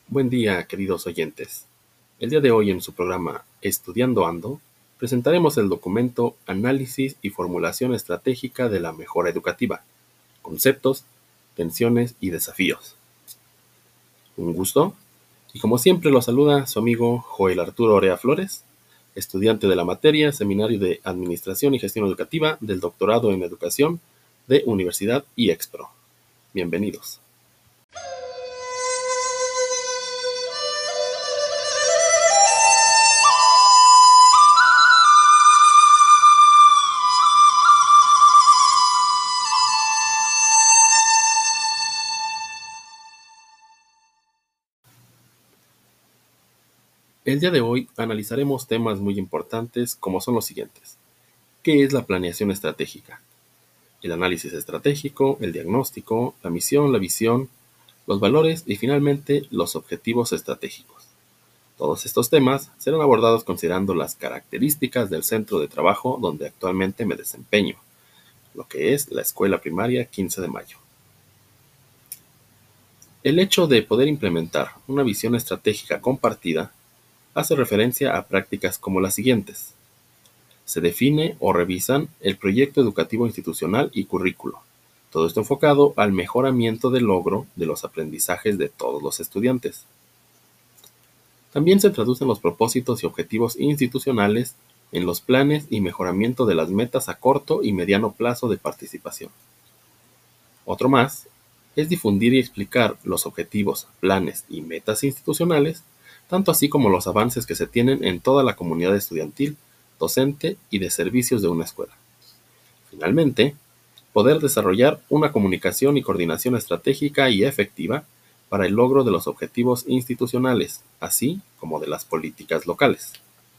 Buen día, queridos oyentes. El día de hoy en su programa Estudiando Ando, presentaremos el documento Análisis y Formulación Estratégica de la Mejora Educativa, Conceptos, Tensiones y Desafíos. Un gusto, y como siempre lo saluda su amigo Joel Arturo Orea Flores, estudiante de la materia Seminario de Administración y Gestión Educativa del Doctorado en Educación de Universidad IEXPRO. Bienvenidos. El día de hoy analizaremos temas muy importantes como son los siguientes. ¿Qué es la planeación estratégica? El análisis estratégico, el diagnóstico, la misión, la visión, los valores y finalmente los objetivos estratégicos. Todos estos temas serán abordados considerando las características del centro de trabajo donde actualmente me desempeño, lo que es la Escuela Primaria 15 de Mayo. El hecho de poder implementar una visión estratégica compartida hace referencia a prácticas como las siguientes. Se define o revisan el proyecto educativo institucional y currículo. Todo esto enfocado al mejoramiento del logro de los aprendizajes de todos los estudiantes. También se traducen los propósitos y objetivos institucionales en los planes y mejoramiento de las metas a corto y mediano plazo de participación. Otro más es difundir y explicar los objetivos, planes y metas institucionales, tanto así como los avances que se tienen en toda la comunidad estudiantil, docente y de servicios de una escuela. Finalmente, poder desarrollar una comunicación y coordinación estratégica y efectiva para el logro de los objetivos institucionales, así como de las políticas locales.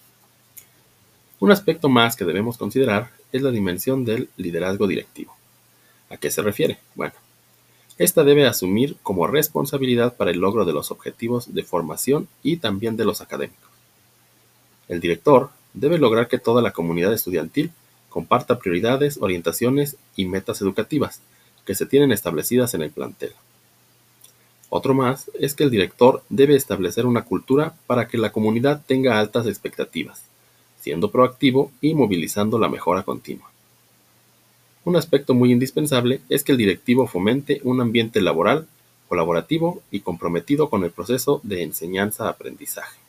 Un aspecto más que debemos considerar es la dimensión del liderazgo directivo. ¿A qué se refiere? Bueno, esta debe asumir como responsabilidad para el logro de los objetivos de formación y también de los académicos. El director debe lograr que toda la comunidad estudiantil comparta prioridades, orientaciones y metas educativas que se tienen establecidas en el plantel. Otro más es que el director debe establecer una cultura para que la comunidad tenga altas expectativas, siendo proactivo y movilizando la mejora continua. Un aspecto muy indispensable es que el directivo fomente un ambiente laboral, colaborativo y comprometido con el proceso de enseñanza-aprendizaje.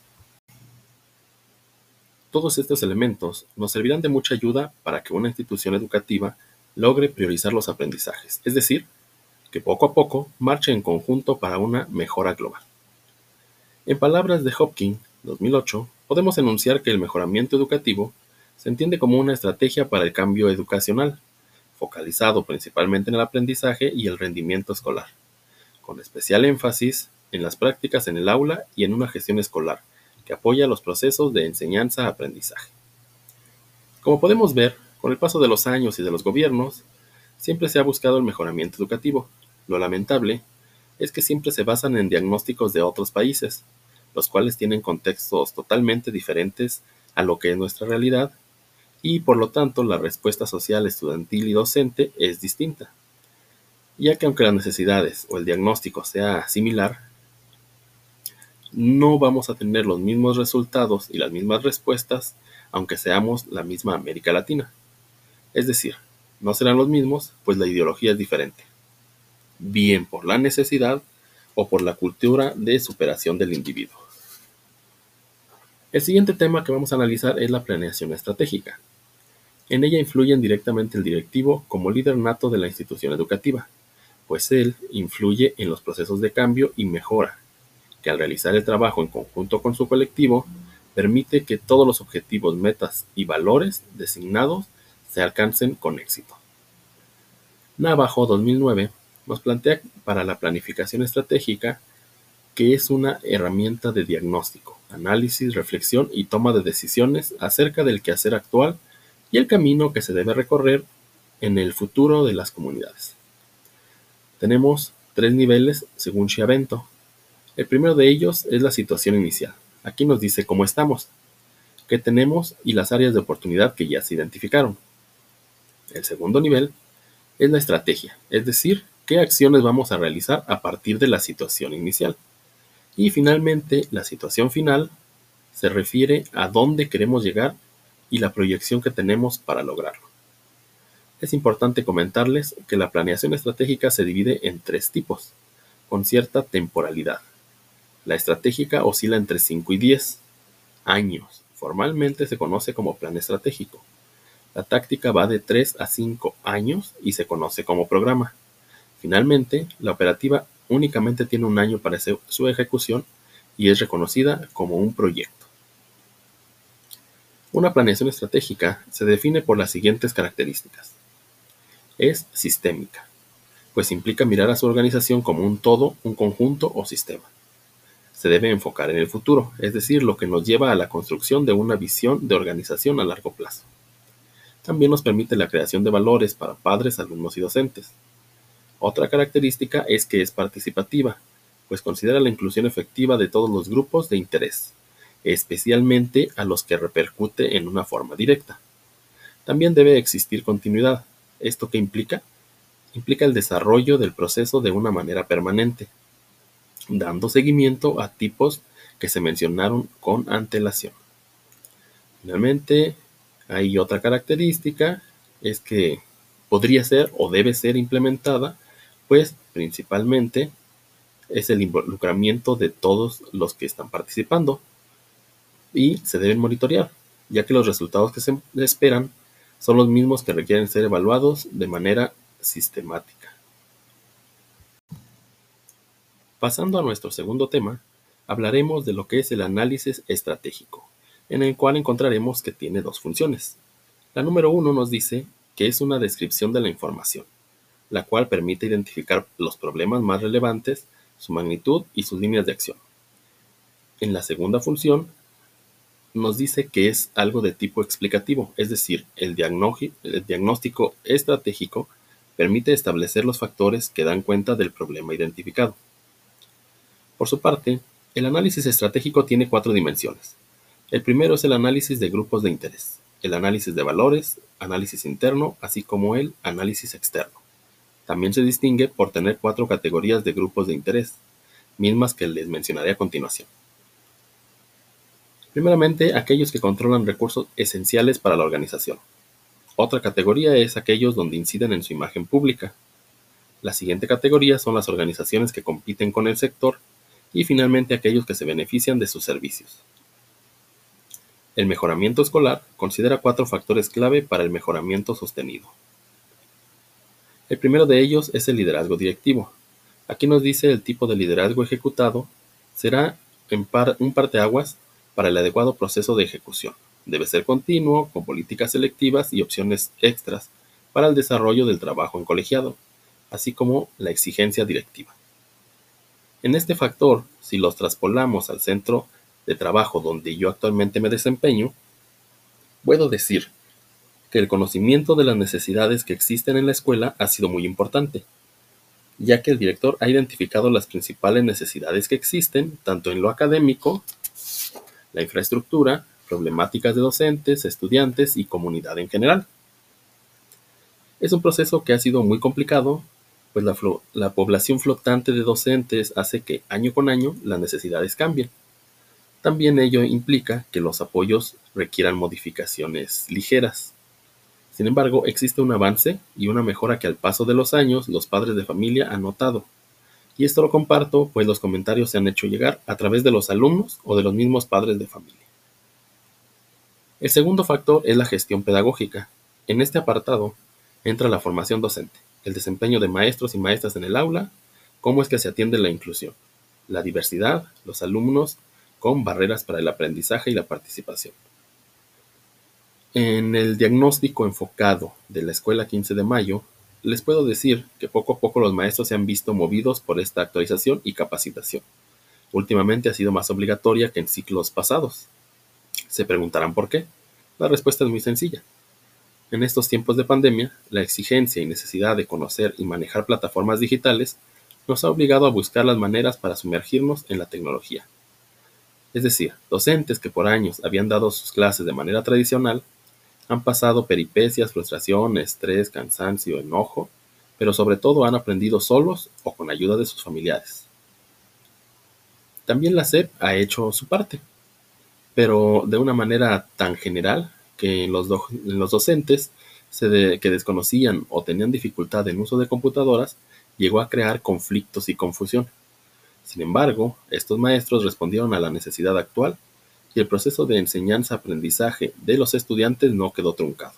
Todos estos elementos nos servirán de mucha ayuda para que una institución educativa logre priorizar los aprendizajes, es decir, que poco a poco marche en conjunto para una mejora global. En palabras de Hopkins, 2008, podemos enunciar que el mejoramiento educativo se entiende como una estrategia para el cambio educacional, focalizado principalmente en el aprendizaje y el rendimiento escolar, con especial énfasis en las prácticas en el aula y en una gestión escolar que apoya los procesos de enseñanza-aprendizaje. Como podemos ver, con el paso de los años y de los gobiernos, siempre se ha buscado el mejoramiento educativo. Lo lamentable es que siempre se basan en diagnósticos de otros países, los cuales tienen contextos totalmente diferentes a lo que es nuestra realidad, y por lo tanto la respuesta social, estudiantil y docente es distinta, ya que aunque las necesidades o el diagnóstico sea similar, no vamos a tener los mismos resultados y las mismas respuestas aunque seamos la misma América Latina. Es decir, no serán los mismos, pues la ideología es diferente, bien por la necesidad o por la cultura de superación del individuo. El siguiente tema que vamos a analizar es la planeación estratégica. En ella influyen directamente el directivo como líder nato de la institución educativa, pues él influye en los procesos de cambio y mejora, que al realizar el trabajo en conjunto con su colectivo, permite que todos los objetivos, metas y valores designados se alcancen con éxito. Navajo 2009 nos plantea para la planificación estratégica que es una herramienta de diagnóstico, análisis, reflexión y toma de decisiones acerca del quehacer actual y el camino que se debe recorrer en el futuro de las comunidades. Tenemos 3 niveles según Chiavento. El primero de ellos es la situación inicial. Aquí nos dice cómo estamos, qué tenemos y las áreas de oportunidad que ya se identificaron. El segundo nivel es la estrategia, es decir, qué acciones vamos a realizar a partir de la situación inicial. Y finalmente, la situación final se refiere a dónde queremos llegar y la proyección que tenemos para lograrlo. Es importante comentarles que la planeación estratégica se divide en 3 tipos, con cierta temporalidad. La estratégica oscila entre 5 y 10 años. Formalmente se conoce como plan estratégico. La táctica va de 3 a 5 años y se conoce como programa. Finalmente, la operativa únicamente tiene un año para su ejecución y es reconocida como un proyecto. Una planeación estratégica se define por las siguientes características. Es sistémica, pues implica mirar a su organización como un todo, un conjunto o sistema. Se debe enfocar en el futuro, es decir, lo que nos lleva a la construcción de una visión de organización a largo plazo. También nos permite la creación de valores para padres, alumnos y docentes. Otra característica es que es participativa, pues considera la inclusión efectiva de todos los grupos de interés, especialmente a los que repercute en una forma directa. También debe existir continuidad. ¿Esto qué implica? Implica el desarrollo del proceso de una manera permanente, dando seguimiento a tipos que se mencionaron con antelación. Finalmente, hay otra característica, es que podría ser o debe ser implementada, pues principalmente es el involucramiento de todos los que están participando y se deben monitorear, ya que los resultados que se esperan son los mismos que requieren ser evaluados de manera sistemática. Pasando a nuestro segundo tema, hablaremos de lo que es el análisis estratégico, en el cual encontraremos que tiene 2 funciones. La número 1 nos dice que es una descripción de la información, la cual permite identificar los problemas más relevantes, su magnitud y sus líneas de acción. En la segunda función nos dice que es algo de tipo explicativo, es decir, el diagnóstico estratégico permite establecer los factores que dan cuenta del problema identificado. Por su parte, el análisis estratégico tiene 4 dimensiones. El primero es el análisis de grupos de interés, el análisis de valores, análisis interno, así como el análisis externo. También se distingue por tener 4 categorías de grupos de interés, mismas que les mencionaré a continuación. Primeramente, aquellos que controlan recursos esenciales para la organización. Otra categoría es aquellos donde inciden en su imagen pública. La siguiente categoría son las organizaciones que compiten con el sector y finalmente aquellos que se benefician de sus servicios. El mejoramiento escolar considera 4 factores clave para el mejoramiento sostenido. El primero de ellos es el liderazgo directivo. Aquí nos dice el tipo de liderazgo ejecutado será un parteaguas para el adecuado proceso de ejecución. Debe ser continuo, con políticas selectivas y opciones extras para el desarrollo del trabajo en colegiado, así como la exigencia directiva. En este factor, si los traspolamos al centro de trabajo donde yo actualmente me desempeño, puedo decir que el conocimiento de las necesidades que existen en la escuela ha sido muy importante, ya que el director ha identificado las principales necesidades que existen, tanto en lo académico, la infraestructura, problemáticas de docentes, estudiantes y comunidad en general. Es un proceso que ha sido muy complicado, pues la población flotante de docentes hace que año con año las necesidades cambien. También ello implica que los apoyos requieran modificaciones ligeras. Sin embargo, existe un avance y una mejora que al paso de los años los padres de familia han notado. Y esto lo comparto, pues los comentarios se han hecho llegar a través de los alumnos o de los mismos padres de familia. El segundo factor es la gestión pedagógica. En este apartado entra la formación docente, el desempeño de maestros y maestras en el aula, cómo es que se atiende la inclusión, la diversidad, los alumnos con barreras para el aprendizaje y la participación. En el diagnóstico enfocado de la Escuela 15 de Mayo, les puedo decir que poco a poco los maestros se han visto movidos por esta actualización y capacitación. Últimamente ha sido más obligatoria que en ciclos pasados. Se preguntarán por qué. La respuesta es muy sencilla. En estos tiempos de pandemia, la exigencia y necesidad de conocer y manejar plataformas digitales nos ha obligado a buscar las maneras para sumergirnos en la tecnología. Es decir, docentes que por años habían dado sus clases de manera tradicional han pasado peripecias, frustración, estrés, cansancio, enojo, pero sobre todo han aprendido solos o con ayuda de sus familiares. También la SEP ha hecho su parte, pero de una manera tan general que los docentes que desconocían o tenían dificultad en uso de computadoras llegó a crear conflictos y confusión. Sin embargo, estos maestros respondieron a la necesidad actual y el proceso de enseñanza-aprendizaje de los estudiantes no quedó truncado.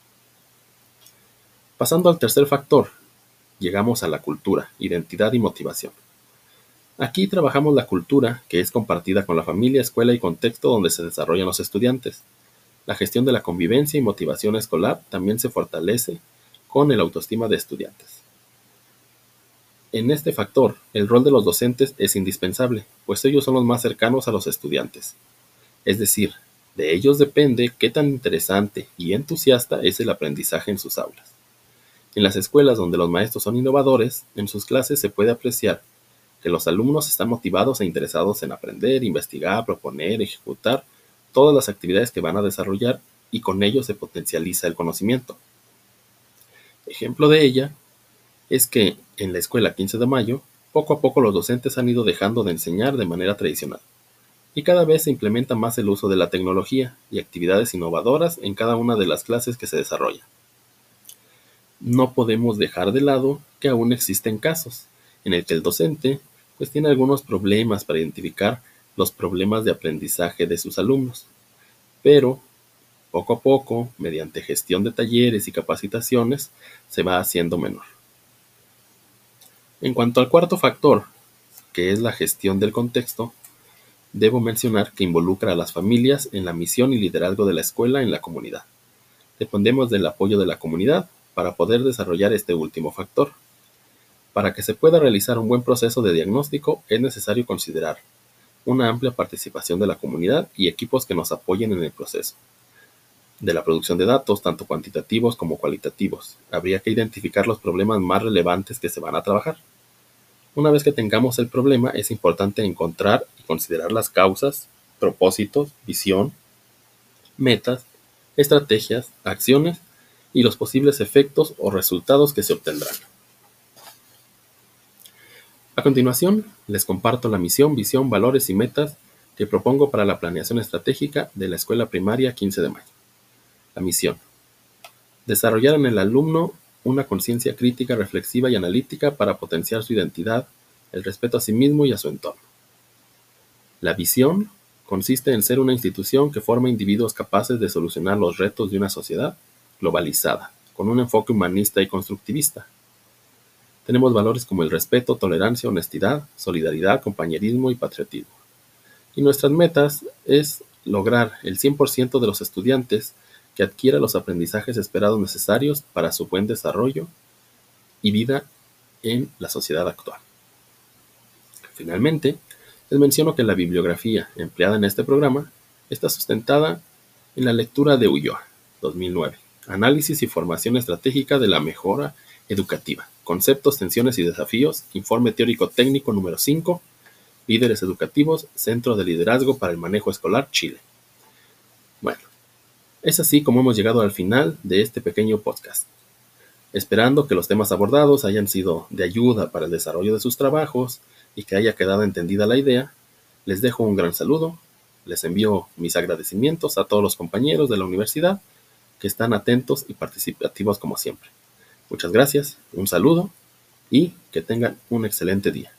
Pasando al tercer factor, llegamos a la cultura, identidad y motivación. Aquí trabajamos la cultura, que es compartida con la familia, escuela y contexto donde se desarrollan los estudiantes. La gestión de la convivencia y motivación escolar también se fortalece con el autoestima de estudiantes. En este factor, el rol de los docentes es indispensable, pues ellos son los más cercanos a los estudiantes. Es decir, de ellos depende qué tan interesante y entusiasta es el aprendizaje en sus aulas. En las escuelas donde los maestros son innovadores, en sus clases se puede apreciar que los alumnos están motivados e interesados en aprender, investigar, proponer, ejecutar todas las actividades que van a desarrollar y con ello se potencializa el conocimiento. Ejemplo de ella es que en la escuela 15 de mayo, poco a poco los docentes han ido dejando de enseñar de manera tradicional y cada vez se implementa más el uso de la tecnología y actividades innovadoras en cada una de las clases que se desarrolla. No podemos dejar de lado que aún existen casos en el que el docente pues tiene algunos problemas para identificar los problemas de aprendizaje de sus alumnos, pero poco a poco, mediante gestión de talleres y capacitaciones, se va haciendo menor. En cuanto al cuarto factor, que es la gestión del contexto, debo mencionar que involucra a las familias en la misión y liderazgo de la escuela en la comunidad. Dependemos del apoyo de la comunidad para poder desarrollar este último factor. Para que se pueda realizar un buen proceso de diagnóstico es necesario considerar una amplia participación de la comunidad y equipos que nos apoyen en el proceso de la producción de datos, tanto cuantitativos como cualitativos. Habría que identificar los problemas más relevantes que se van a trabajar. Una vez que tengamos el problema, es importante encontrar y considerar las causas, propósitos, visión, metas, estrategias, acciones y los posibles efectos o resultados que se obtendrán. A continuación, les comparto la misión, visión, valores y metas que propongo para la planeación estratégica de la Escuela Primaria 15 de Mayo. La misión: desarrollar en el alumno una conciencia crítica, reflexiva y analítica para potenciar su identidad, el respeto a sí mismo y a su entorno. La visión consiste en ser una institución que forma individuos capaces de solucionar los retos de una sociedad globalizada, con un enfoque humanista y constructivista. Tenemos valores como el respeto, tolerancia, honestidad, solidaridad, compañerismo y patriotismo. Y nuestras metas es lograr el 100% de los estudiantes que adquiera los aprendizajes esperados necesarios para su buen desarrollo y vida en la sociedad actual. Finalmente, les menciono que la bibliografía empleada en este programa está sustentada en la lectura de Ulloa, 2009, Análisis y formación estratégica de la mejora educativa, conceptos, tensiones y desafíos, informe teórico técnico número 5, Líderes Educativos, Centro de Liderazgo para el Manejo Escolar, Chile. Bueno, es así como hemos llegado al final de este pequeño podcast. Esperando que los temas abordados hayan sido de ayuda para el desarrollo de sus trabajos y que haya quedado entendida la idea, les dejo un gran saludo, les envío mis agradecimientos a todos los compañeros de la universidad que están atentos y participativos como siempre. Muchas gracias, un saludo y que tengan un excelente día.